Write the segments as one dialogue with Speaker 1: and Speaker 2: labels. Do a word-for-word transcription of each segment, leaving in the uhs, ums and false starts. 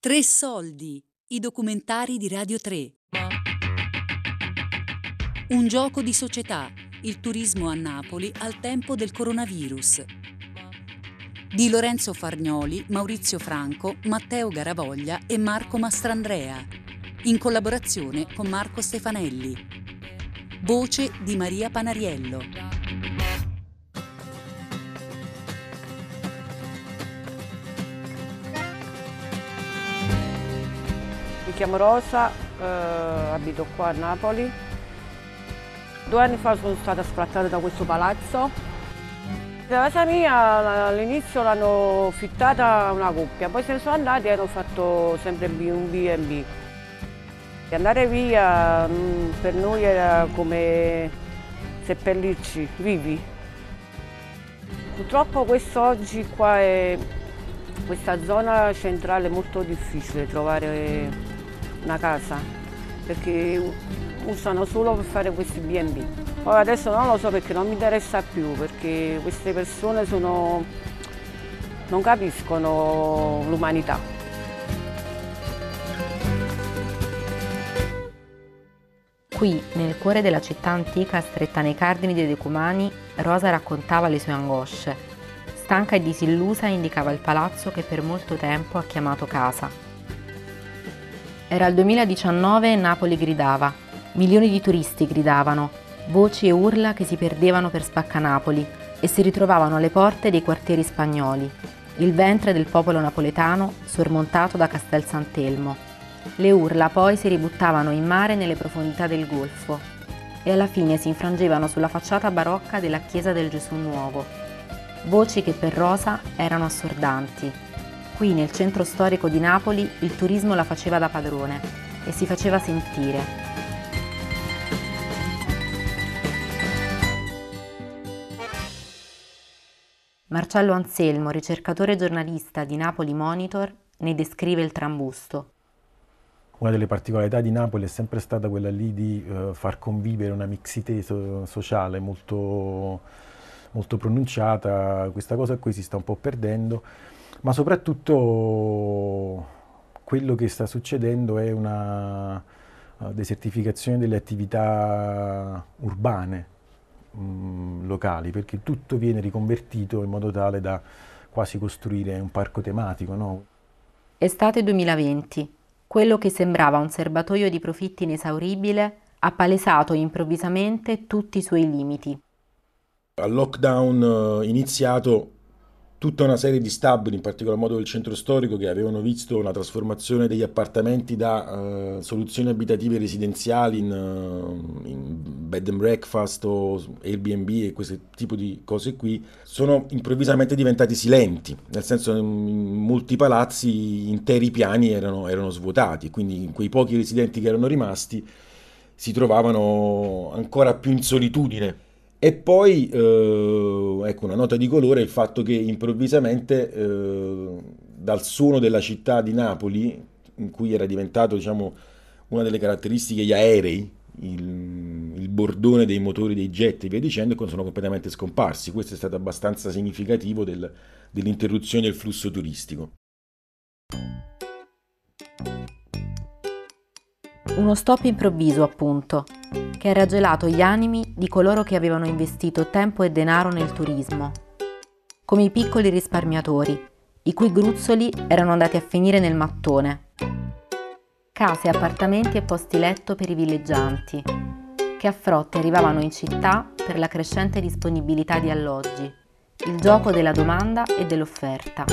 Speaker 1: Tre soldi, i documentari di Radio tre. Un gioco di società, il turismo a Napoli al tempo del coronavirus. Di Lorenzo Fargnoli, Maurizio Franco, Matteo Garavoglia e Marco Mastrandrea, in collaborazione con Marco Stefanelli. Voce di Maria Panariello.
Speaker 2: Mi chiamo Rosa, eh, abito qua a Napoli. Due anni fa sono stata sfrattata da questo palazzo. La casa mia all'inizio l'hanno fittata una coppia, poi se ne sono andati e hanno fatto sempre un B and B. Andare via mh, per noi era come seppellirci vivi. Purtroppo quest'oggi qua è questa zona centrale è molto difficile trovare una casa, perché usano solo per fare questi B and B. Poi adesso non lo so perché non mi interessa più, perché queste persone sono, non capiscono l'umanità.
Speaker 3: Qui, nel cuore della città antica stretta nei cardini dei Decumani, Rosa raccontava le sue angosce. Stanca e disillusa indicava il palazzo che per molto tempo ha chiamato casa. Era il duemiladiciannove e Napoli gridava. Milioni di turisti gridavano, voci e urla che si perdevano per Spaccanapoli e si ritrovavano alle porte dei quartieri spagnoli, il ventre del popolo napoletano sormontato da Castel Sant'Elmo. Le urla poi si ributtavano in mare nelle profondità del Golfo e alla fine si infrangevano sulla facciata barocca della chiesa del Gesù Nuovo. Voci che per Rosa erano assordanti. Qui nel centro storico di Napoli il turismo la faceva da padrone e si faceva sentire. Marcello Anselmo, ricercatore e giornalista di Napoli Monitor, ne descrive il trambusto.
Speaker 4: Una delle particolarità di Napoli è sempre stata quella lì di uh, far convivere una mixité so- sociale molto, molto pronunciata. Questa cosa qui si sta un po' perdendo, ma soprattutto quello che sta succedendo è una uh, desertificazione delle attività urbane mh, locali, perché tutto viene riconvertito in modo tale da quasi costruire un parco tematico, no?
Speaker 3: Estate duemilaventi. Quello che sembrava un serbatoio di profitti inesauribile ha palesato improvvisamente tutti i suoi limiti.
Speaker 5: Al lockdown iniziato, tutta una serie di stabili, in particolar modo del centro storico, che avevano visto una trasformazione degli appartamenti da uh, soluzioni abitative residenziali in, uh, in bed and breakfast o Airbnb e questo tipo di cose qui, sono improvvisamente diventati silenti, nel senso che in molti palazzi interi piani erano, erano svuotati, quindi quei pochi residenti che erano rimasti si trovavano ancora più in solitudine. E poi, eh, ecco, una nota di colore è il fatto che improvvisamente eh, dal suono della città di Napoli, in cui era diventato, diciamo, una delle caratteristiche gli aerei, il, il bordone dei motori dei jet e via dicendo, sono completamente scomparsi. Questo è stato abbastanza significativo del, dell'interruzione del flusso turistico.
Speaker 3: Uno stop improvviso, appunto, che ha raggelato gli animi di coloro che avevano investito tempo e denaro nel turismo, come i piccoli risparmiatori, i cui gruzzoli erano andati a finire nel mattone. Case, appartamenti e posti letto per i villeggianti, che a frotte arrivavano in città per la crescente disponibilità di alloggi, il gioco della domanda e dell'offerta.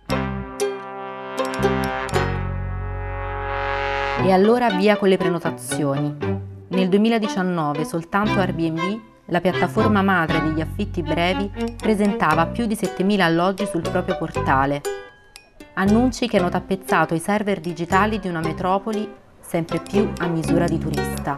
Speaker 3: E allora via con le prenotazioni. Nel duemiladiciannove soltanto Airbnb, la piattaforma madre degli affitti brevi, presentava più di settemila alloggi sul proprio portale. Annunci che hanno tappezzato i server digitali di una metropoli sempre più a misura di turista.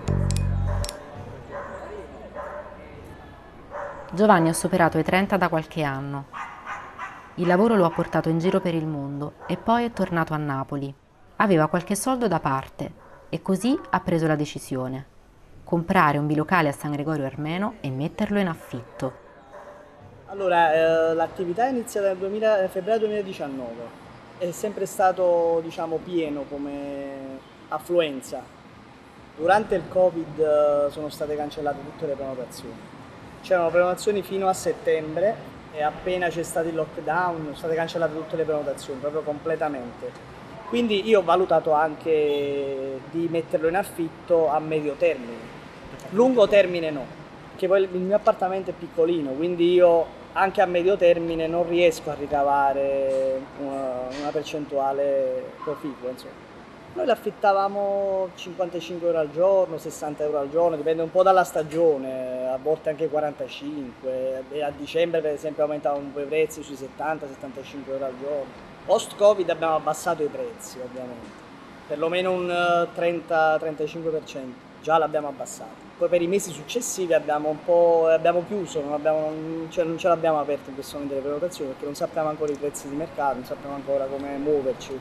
Speaker 3: Giovanni ha superato i trenta da qualche anno. Il lavoro lo ha portato in giro per il mondo e poi è tornato a Napoli. Aveva qualche soldo da parte e così ha preso la decisione: comprare un bilocale a San Gregorio Armeno e metterlo in affitto.
Speaker 6: Allora, eh, l'attività è iniziata nel duemila, febbraio duemiladiciannove. è sempre stato, diciamo, pieno come affluenza. Durante il Covid sono state cancellate tutte le prenotazioni. C'erano prenotazioni fino a settembre e appena c'è stato il lockdown sono state cancellate tutte le prenotazioni, proprio completamente. Quindi io ho valutato anche di metterlo in affitto a medio termine. Lungo termine no, perché poi il mio appartamento è piccolino, quindi io anche a medio termine non riesco a ricavare una, una percentuale proficua, insomma. Noi l'affittavamo cinquantacinque euro al giorno, sessanta euro al giorno, dipende un po' dalla stagione, a volte anche quarantacinque, e a dicembre per esempio aumentavano un po' i prezzi sui settanta settantacinque euro al giorno. Post-Covid abbiamo abbassato i prezzi ovviamente, perlomeno un trenta trentacinque per cento, già l'abbiamo abbassato. Poi per i mesi successivi abbiamo un po' abbiamo chiuso, non, abbiamo, cioè non ce l'abbiamo aperto in questo momento le prenotazioni perché non sappiamo ancora i prezzi di mercato, non sappiamo ancora come muoverci.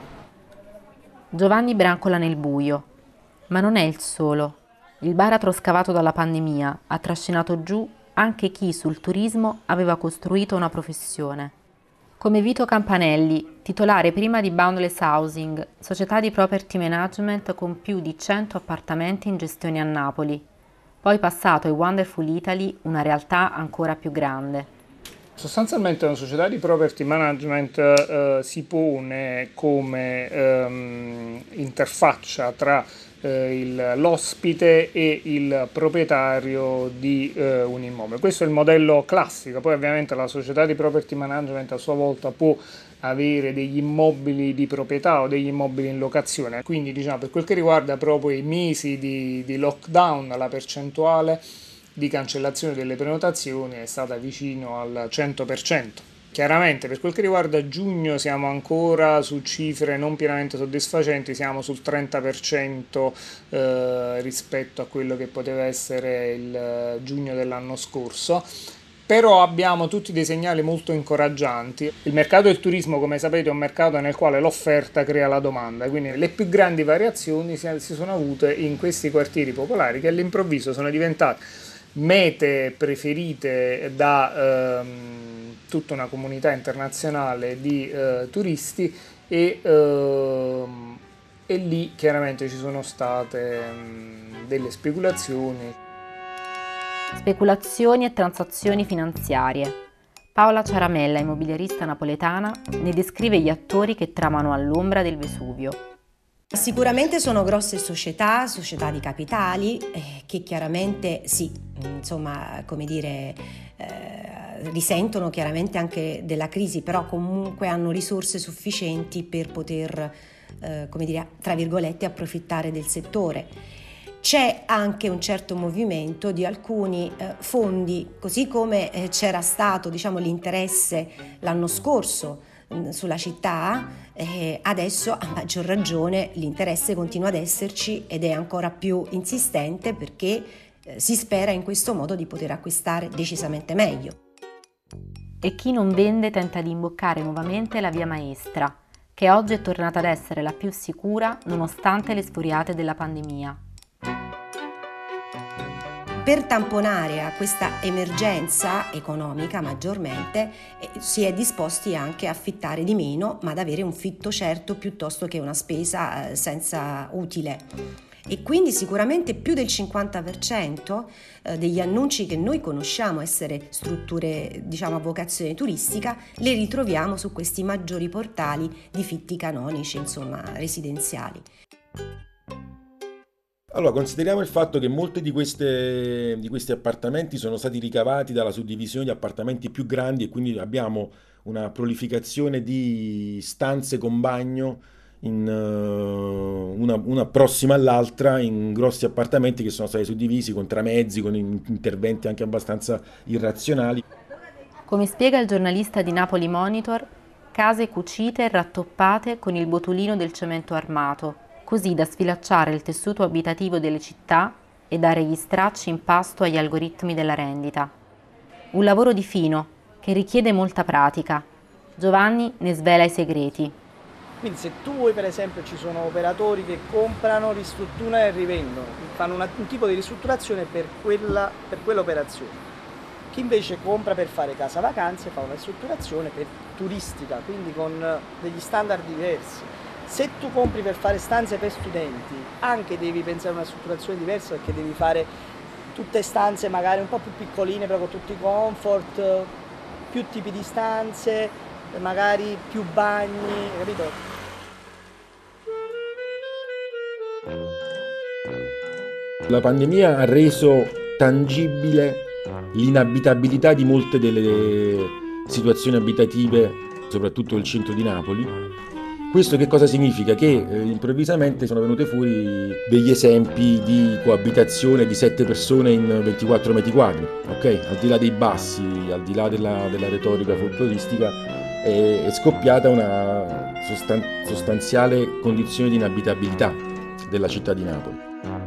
Speaker 3: Giovanni brancola nel buio, ma non è il solo. Il baratro scavato dalla pandemia ha trascinato giù anche chi sul turismo aveva costruito una professione. Come Vito Campanelli, titolare prima di Boundless Housing, società di property management con più di cento appartamenti in gestione a Napoli, poi passato ai Wonderful Italy, una realtà ancora più grande.
Speaker 7: Sostanzialmente una società di property management eh, si pone come ehm, interfaccia tra eh, il, l'ospite e il proprietario di eh, un immobile. Questo è il modello classico, poi ovviamente la società di property management a sua volta può avere degli immobili di proprietà o degli immobili in locazione, quindi diciamo per quel che riguarda proprio i mesi di, di lockdown la percentuale di cancellazione delle prenotazioni è stata vicino al cento per cento. Chiaramente per quel che riguarda giugno siamo ancora su cifre non pienamente soddisfacenti, siamo sul trenta per cento eh, rispetto a quello che poteva essere il giugno dell'anno scorso. Però abbiamo tutti dei segnali molto incoraggianti. Il mercato del turismo, come sapete, è un mercato nel quale l'offerta crea la domanda, quindi le più grandi variazioni si sono avute in questi quartieri popolari che all'improvviso sono diventati mete preferite da ehm, tutta una comunità internazionale di eh, turisti e, ehm, e lì chiaramente ci sono state ehm, delle speculazioni.
Speaker 3: Speculazioni e transazioni finanziarie. Paola Ciaramella, immobiliarista napoletana, ne descrive gli attori che tramano all'ombra del Vesuvio.
Speaker 8: Sicuramente sono grosse società, società di capitali, eh, che chiaramente sì, insomma, come dire, eh, risentono chiaramente anche della crisi, però comunque hanno risorse sufficienti per poter, eh, come dire, tra virgolette, approfittare del settore. C'è anche un certo movimento di alcuni eh, fondi, così come eh, c'era stato, diciamo, l'interesse l'anno scorso sulla città, eh, adesso a maggior ragione l'interesse continua ad esserci ed è ancora più insistente perché eh, si spera in questo modo di poter acquistare decisamente meglio.
Speaker 3: E chi non vende tenta di imboccare nuovamente la via maestra, che oggi è tornata ad essere la più sicura nonostante le sfuriate della pandemia.
Speaker 8: Per tamponare a questa emergenza economica maggiormente eh, si è disposti anche a affittare di meno, ma ad avere un fitto certo piuttosto che una spesa eh, senza utile. E quindi sicuramente più del cinquanta per cento eh, degli annunci che noi conosciamo essere strutture, diciamo, a vocazione turistica, le ritroviamo su questi maggiori portali di fitti canonici, insomma, residenziali.
Speaker 5: Allora, consideriamo il fatto che molti di, queste, di questi appartamenti sono stati ricavati dalla suddivisione di appartamenti più grandi e quindi abbiamo una prolificazione di stanze con bagno in, uh, una, una prossima all'altra in grossi appartamenti che sono stati suddivisi con tramezzi, con interventi anche abbastanza irrazionali.
Speaker 3: Come spiega il giornalista di Napoli Monitor, case cucite e rattoppate con il botulino del cemento armato, così da sfilacciare il tessuto abitativo delle città e dare gli stracci in pasto agli algoritmi della rendita. Un lavoro di fino che richiede molta pratica. Giovanni ne svela i segreti.
Speaker 6: Quindi se tu vuoi, per esempio, ci sono operatori che comprano, ristrutturano e rivendono, fanno una, un tipo di ristrutturazione per, quella, per quell'operazione, Chi invece compra per fare casa vacanze fa una ristrutturazione per turistica, quindi con degli standard diversi. Se tu compri per fare stanze per studenti, anche devi pensare a una strutturazione diversa, perché devi fare tutte stanze magari un po' più piccoline, però con tutti i comfort, più tipi di stanze, magari più bagni, capito?
Speaker 5: La pandemia ha reso tangibile l'inabitabilità di molte delle situazioni abitative, soprattutto il centro di Napoli. Questo che cosa significa? Che eh, improvvisamente sono venute fuori degli esempi di coabitazione di sette persone in ventiquattro metri quadri, ok? Al di là dei bassi, al di là della, della retorica folcloristica, è, è scoppiata una sostan- sostanziale condizione di inabitabilità della città di Napoli.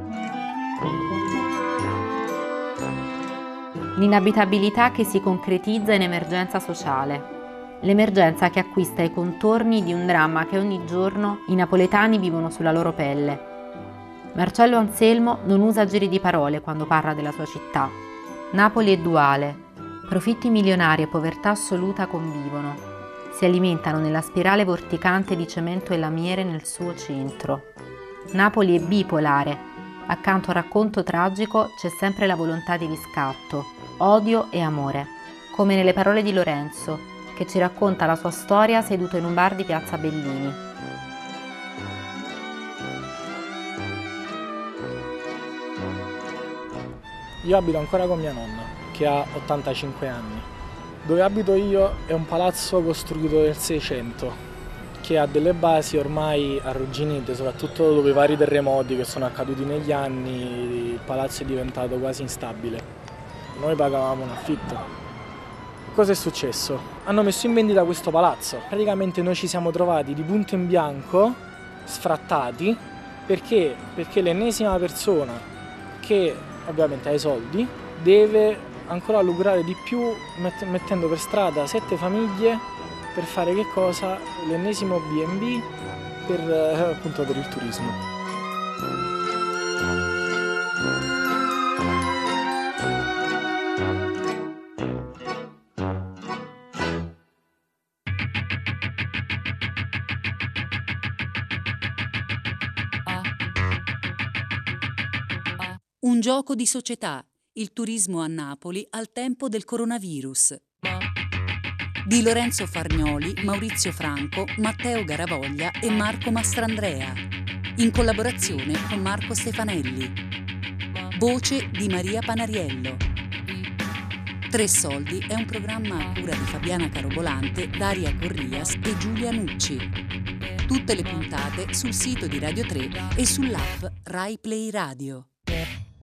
Speaker 3: L'inabitabilità che si concretizza in emergenza sociale. L'emergenza che acquista i contorni di un dramma che ogni giorno i napoletani vivono sulla loro pelle. Marcello Anselmo non usa giri di parole quando parla della sua città. Napoli è duale. Profitti milionari e povertà assoluta convivono. Si alimentano nella spirale vorticante di cemento e lamiere nel suo centro. Napoli è bipolare. Accanto al racconto tragico c'è sempre la volontà di riscatto, odio e amore, come nelle parole di Lorenzo, che ci racconta la sua storia seduto in un bar di Piazza Bellini.
Speaker 7: Io abito ancora con mia nonna, che ha ottantacinque anni. Dove abito io è un palazzo costruito nel Seicento, che ha delle basi ormai arrugginite, soprattutto dopo i vari terremoti che sono accaduti negli anni. Il palazzo è diventato quasi instabile. Noi pagavamo un affitto. Cosa è successo? Hanno messo in vendita questo palazzo. Praticamente noi ci siamo trovati di punto in bianco, sfrattati, perché? Perché l'ennesima persona che ovviamente ha i soldi deve ancora lucrare di più mett- mettendo per strada sette famiglie per fare che cosa? L'ennesimo B and B per, eh, appunto per il turismo.
Speaker 1: Un gioco di società, il turismo a Napoli al tempo del coronavirus. Di Lorenzo Fargnoli, Maurizio Franco, Matteo Garavoglia e Marco Mastrandrea, in collaborazione con Marco Stefanelli. Voce di Maria Panariello. Tre Soldi è un programma a cura di Fabiana Carobolante, Daria Corrias e Giulia Nucci. Tutte le puntate sul sito di Radio tre e sull'app Rai Play Radio.